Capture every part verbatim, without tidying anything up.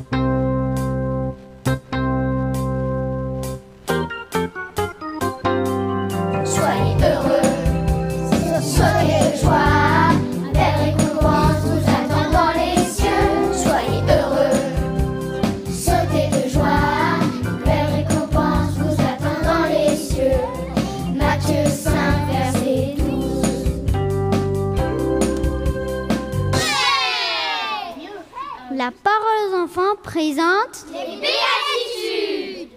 La parole aux enfants présente les béatitudes.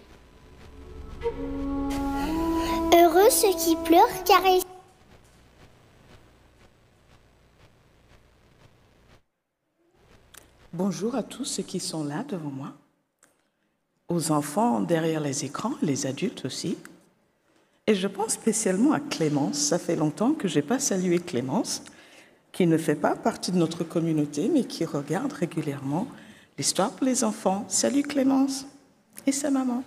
Heureux ceux qui pleurent car ils... Bonjour à tous ceux qui sont là devant moi, aux enfants derrière les écrans, les adultes aussi. Et je pense spécialement à Clémence. Ça fait longtemps que je n'ai pas salué Clémence, qui ne fait pas partie de notre communauté, mais qui regarde régulièrement l'histoire pour les enfants. Salut Clémence et sa maman.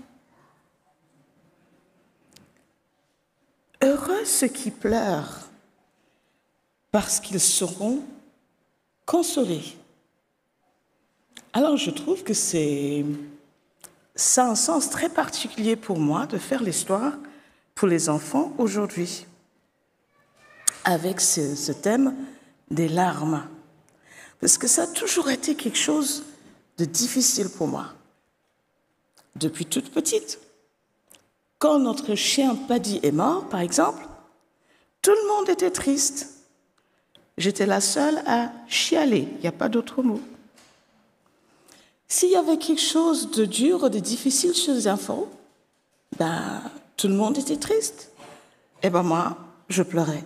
Heureux ceux qui pleurent, parce qu'ils seront consolés. Alors je trouve que c'est, ça a un sens très particulier pour moi de faire l'histoire pour les enfants aujourd'hui, avec ce, ce thème des larmes, parce que ça a toujours été quelque chose de difficile pour moi. Depuis toute petite, quand notre chien Paddy est mort, par exemple, tout le monde était triste. J'étais la seule à chialer, il n'y a pas d'autre mot. S'il y avait quelque chose de dur ou de difficile chez les enfants, ben, tout le monde était triste. Et ben moi, je pleurais.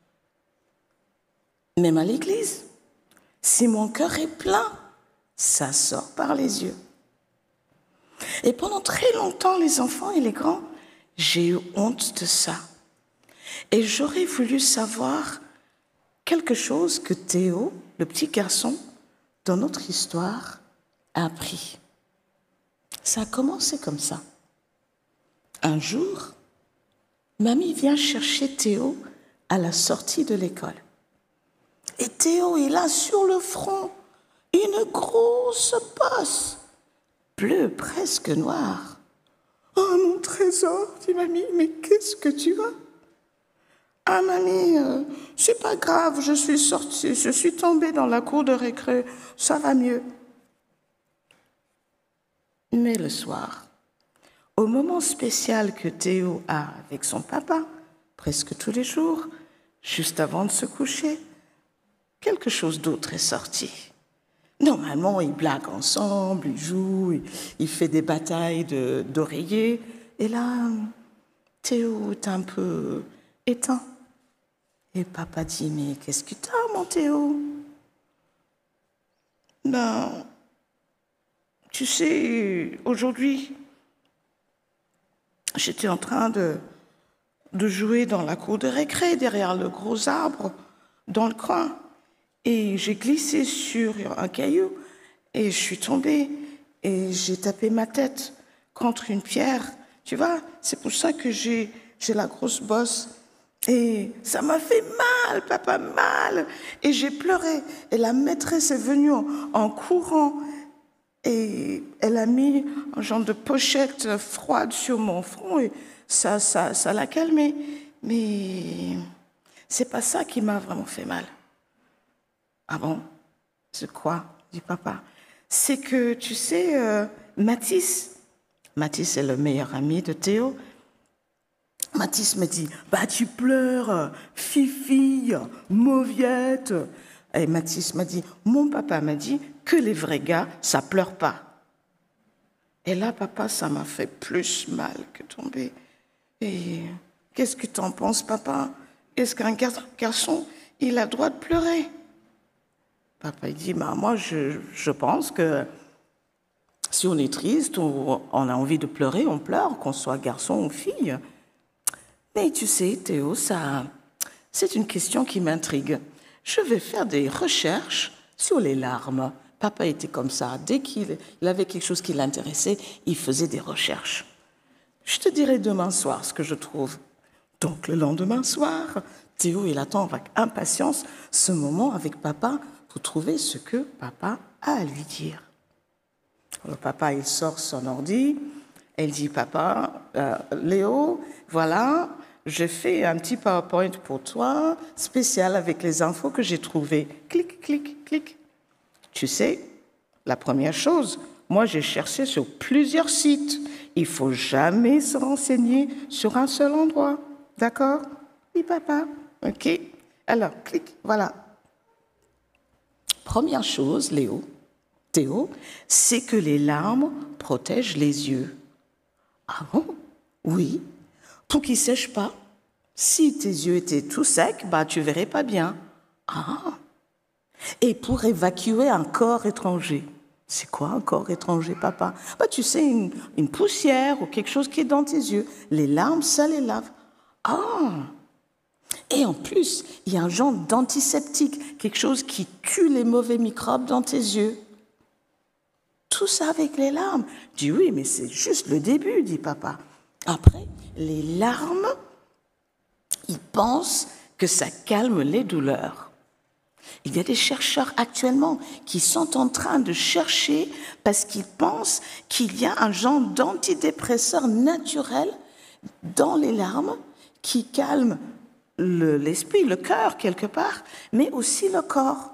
Même à l'église, si mon cœur est plein, ça sort par les yeux. Et pendant très longtemps, les enfants et les grands, j'ai eu honte de ça. Et j'aurais voulu savoir quelque chose que Théo, le petit garçon, dans notre histoire, a appris. Ça a commencé comme ça. Un jour, mamie vient chercher Théo à la sortie de l'école. Et Théo est là sur le front, une grosse bosse, bleue, presque noire. « Oh, mon trésor !» dit mamie, « mais qu'est-ce que tu as ?»« Ah, mamie, euh, c'est pas grave, je suis sortie, je suis tombée dans la cour de récré, ça va mieux. » Mais le soir, au moment spécial que Théo a avec son papa, presque tous les jours, juste avant de se coucher, quelque chose d'autre est sorti. Normalement, ils blaguent ensemble, ils jouent, ils, ils font des batailles de, d'oreillers. Et là, Théo est un peu éteint. Et papa dit, mais qu'est-ce que t'as, mon Théo? Ben, tu sais, aujourd'hui, j'étais en train de, de jouer dans la cour de récré, derrière le gros arbre, dans le coin. Et j'ai glissé sur un caillou et je suis tombée et j'ai tapé ma tête contre une pierre. Tu vois, c'est pour ça que j'ai, j'ai la grosse bosse. Et ça m'a fait mal, papa, mal. Et j'ai pleuré. Et la maîtresse est venue en, en courant et elle a mis un genre de pochette froide sur mon front et ça, ça, ça l'a calmé. Mais c'est pas ça qui m'a vraiment fait mal. Ah bon? C'est quoi? Dit papa. C'est que, tu sais, euh, Mathis, Mathis est le meilleur ami de Théo. Mathis me dit, bah tu pleures, fifi, mauviette. Et Mathis m'a dit, mon papa m'a dit que les vrais gars, ça pleure pas. Et là, papa, ça m'a fait plus mal que tomber. Et qu'est-ce que tu en penses, papa? Est-ce qu'un garçon, il a le droit de pleurer? Papa il dit, bah, moi je, je pense que si on est triste ou on a envie de pleurer, on pleure, qu'on soit garçon ou fille. Mais tu sais, Théo, ça, c'est une question qui m'intrigue. Je vais faire des recherches sur les larmes. Papa était comme ça. Dès qu'il il avait quelque chose qui l'intéressait, il faisait des recherches. Je te dirai demain soir ce que je trouve. Donc le lendemain soir, Théo, il attend avec impatience ce moment avec papa pour trouver ce que papa a à lui dire. Le papa, il sort son ordi. Elle dit, papa, euh, Léo, voilà, j'ai fait un petit PowerPoint pour toi, spécial avec les infos que j'ai trouvées. Clic, clic, clic. Tu sais, la première chose, moi, j'ai cherché sur plusieurs sites. Il ne faut jamais se renseigner sur un seul endroit. D'accord? Oui, papa. OK. Alors, clic, voilà. Première chose, Léo, Théo, c'est que les larmes protègent les yeux. Ah bon? Oui. Pour qu'ils ne sèchent pas. Si tes yeux étaient tout secs, bah, tu ne verrais pas bien. Ah. Et pour évacuer un corps étranger. C'est quoi un corps étranger, papa? Bah, tu sais, une, une poussière ou quelque chose qui est dans tes yeux. Les larmes, ça les lave. Ah! Et en plus, il y a un genre d'antiseptique, quelque chose qui tue les mauvais microbes dans tes yeux. Tout ça avec les larmes. Je dis oui, mais c'est juste le début, dit papa. Après, les larmes, ils pensent que ça calme les douleurs. Il y a des chercheurs actuellement qui sont en train de chercher parce qu'ils pensent qu'il y a un genre d'antidépresseur naturel dans les larmes qui calme le, l'esprit, le cœur quelque part, mais aussi le corps.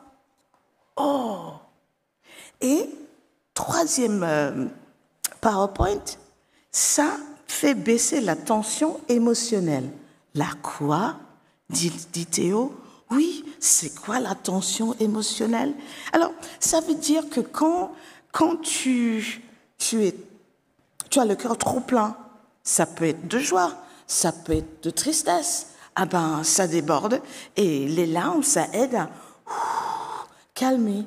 Oh! Et troisième euh, PowerPoint, ça fait baisser la tension émotionnelle. La quoi? Dit, dit Théo. Oui, c'est quoi la tension émotionnelle? Alors, ça veut dire que quand, quand tu, tu, es, tu as le cœur trop plein, ça peut être de joie, ça peut être de tristesse. Ah ben, ça déborde et les larmes, ça aide à ouh, calmer.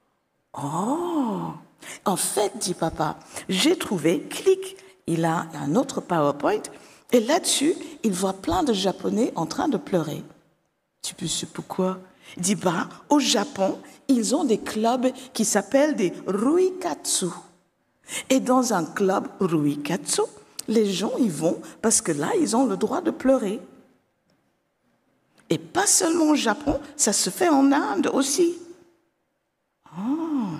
Oh! En fait, dit papa, j'ai trouvé, clic, il a un autre PowerPoint et là-dessus, il voit plein de Japonais en train de pleurer. Tu peux sais pourquoi? Il dit, bah, au Japon, ils ont des clubs qui s'appellent des Ruikatsu. Et dans un club Ruikatsu, les gens y vont parce que là, ils ont le droit de pleurer. Et pas seulement au Japon, ça se fait en Inde aussi. Oh.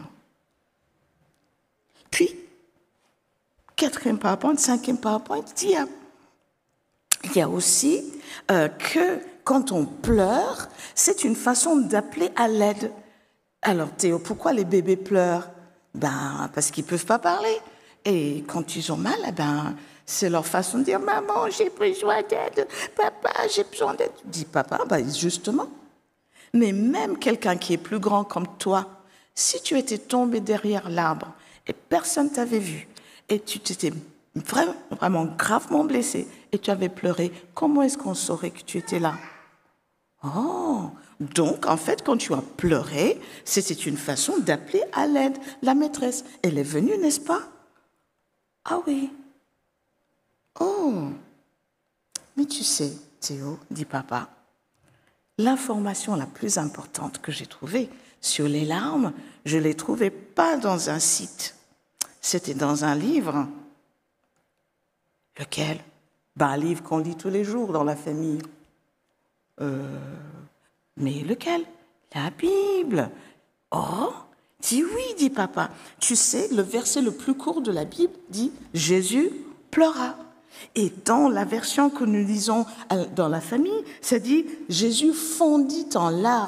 Puis, quatrième PowerPoint, cinquième PowerPoint, il y a, il y a aussi euh, que quand on pleure, c'est une façon d'appeler à l'aide. Alors Théo, pourquoi les bébés pleurent? Ben, parce qu'ils ne peuvent pas parler. Et quand ils ont mal, eh ben, c'est leur façon de dire « Maman, j'ai besoin d'aide. Papa, j'ai besoin d'aide. » Dit papa, ben, justement. Mais même quelqu'un qui est plus grand comme toi, si tu étais tombé derrière l'arbre et personne ne t'avait vu, et tu t'étais vraiment, vraiment gravement blessé, et tu avais pleuré, comment est-ce qu'on saurait que tu étais là? Oh, donc en fait, quand tu as pleuré, c'était une façon d'appeler à l'aide la maîtresse. Elle est venue, n'est-ce pas? Ah oui. Oh, mais tu sais, Théo, dit papa, l'information la plus importante que j'ai trouvée sur les larmes, je ne l'ai trouvée pas dans un site. C'était dans un livre. Lequel? Ben, un livre qu'on lit tous les jours dans la famille. Euh, mais lequel? La Bible. Oh, dis oui, dit papa. Tu sais, le verset le plus court de la Bible dit « Jésus pleura ». Et dans la version que nous lisons dans la famille, ça dit « Jésus fondit en larmes ».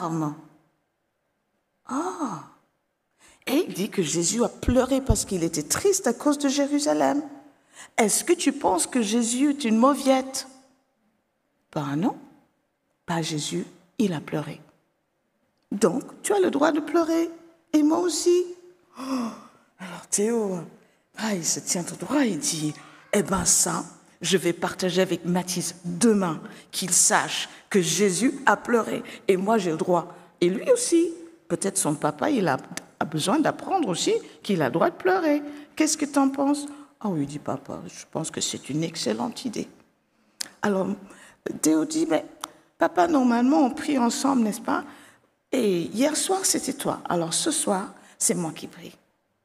Ah. Et il dit que Jésus a pleuré parce qu'il était triste à cause de Jérusalem. Est-ce que tu penses que Jésus est une mauviette? Ben non. Pas Jésus, il a pleuré. Donc, tu as le droit de pleurer. Et moi aussi. Oh, alors Théo, ah, il se tient tout droit, il dit, eh ben ça, je vais partager avec Mathis demain, qu'il sache que Jésus a pleuré. Et moi, j'ai le droit. Et lui aussi. Peut-être son papa, il a, a besoin d'apprendre aussi qu'il a le droit de pleurer. Qu'est-ce que tu en penses? Ah oui, dit papa, je pense que c'est une excellente idée. Alors, Théo dit, mais papa, normalement, on prie ensemble, n'est-ce pas? Et hier soir, c'était toi. Alors ce soir, c'est moi qui prie.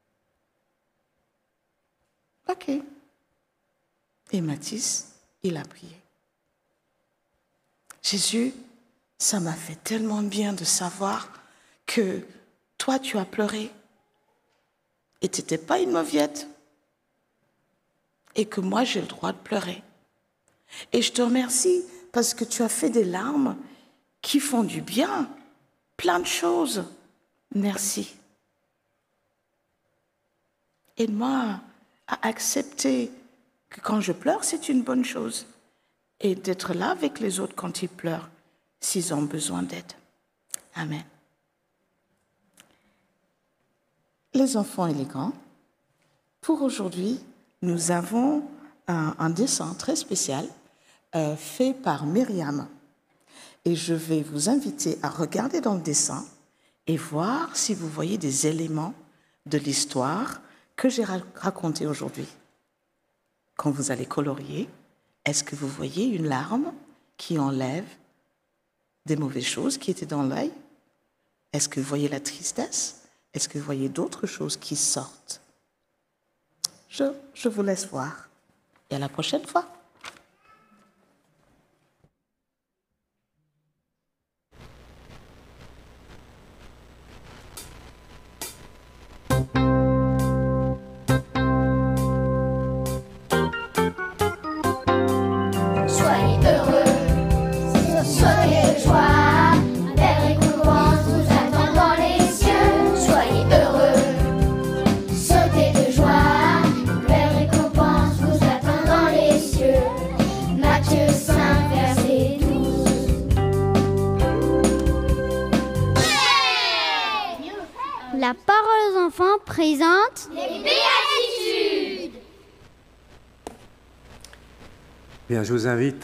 OK. Et Mathis, il a prié. Jésus, ça m'a fait tellement bien de savoir que toi, tu as pleuré. et tu n'étais pas une mauviette. Et que moi, j'ai le droit de pleurer. Et je te remercie parce que tu as fait des larmes qui font du bien. Plein de choses. Merci. Aide-moi à accepter que quand je pleure, c'est une bonne chose. Et d'être là avec les autres quand ils pleurent, s'ils ont besoin d'aide. Amen. Les enfants et les grands, pour aujourd'hui, nous avons un, un dessin très spécial euh, fait par Myriam. Et je vais vous inviter à regarder dans le dessin et voir si vous voyez des éléments de l'histoire que j'ai racontée aujourd'hui. Quand vous allez colorier, est-ce que vous voyez une larme qui enlève des mauvaises choses qui étaient dans l'œil? Est-ce que vous voyez la tristesse? Est-ce que vous voyez d'autres choses qui sortent? Je, je vous laisse voir. Et à la prochaine fois. La parole aux enfants présente les béatitudes. Bien, je vous invite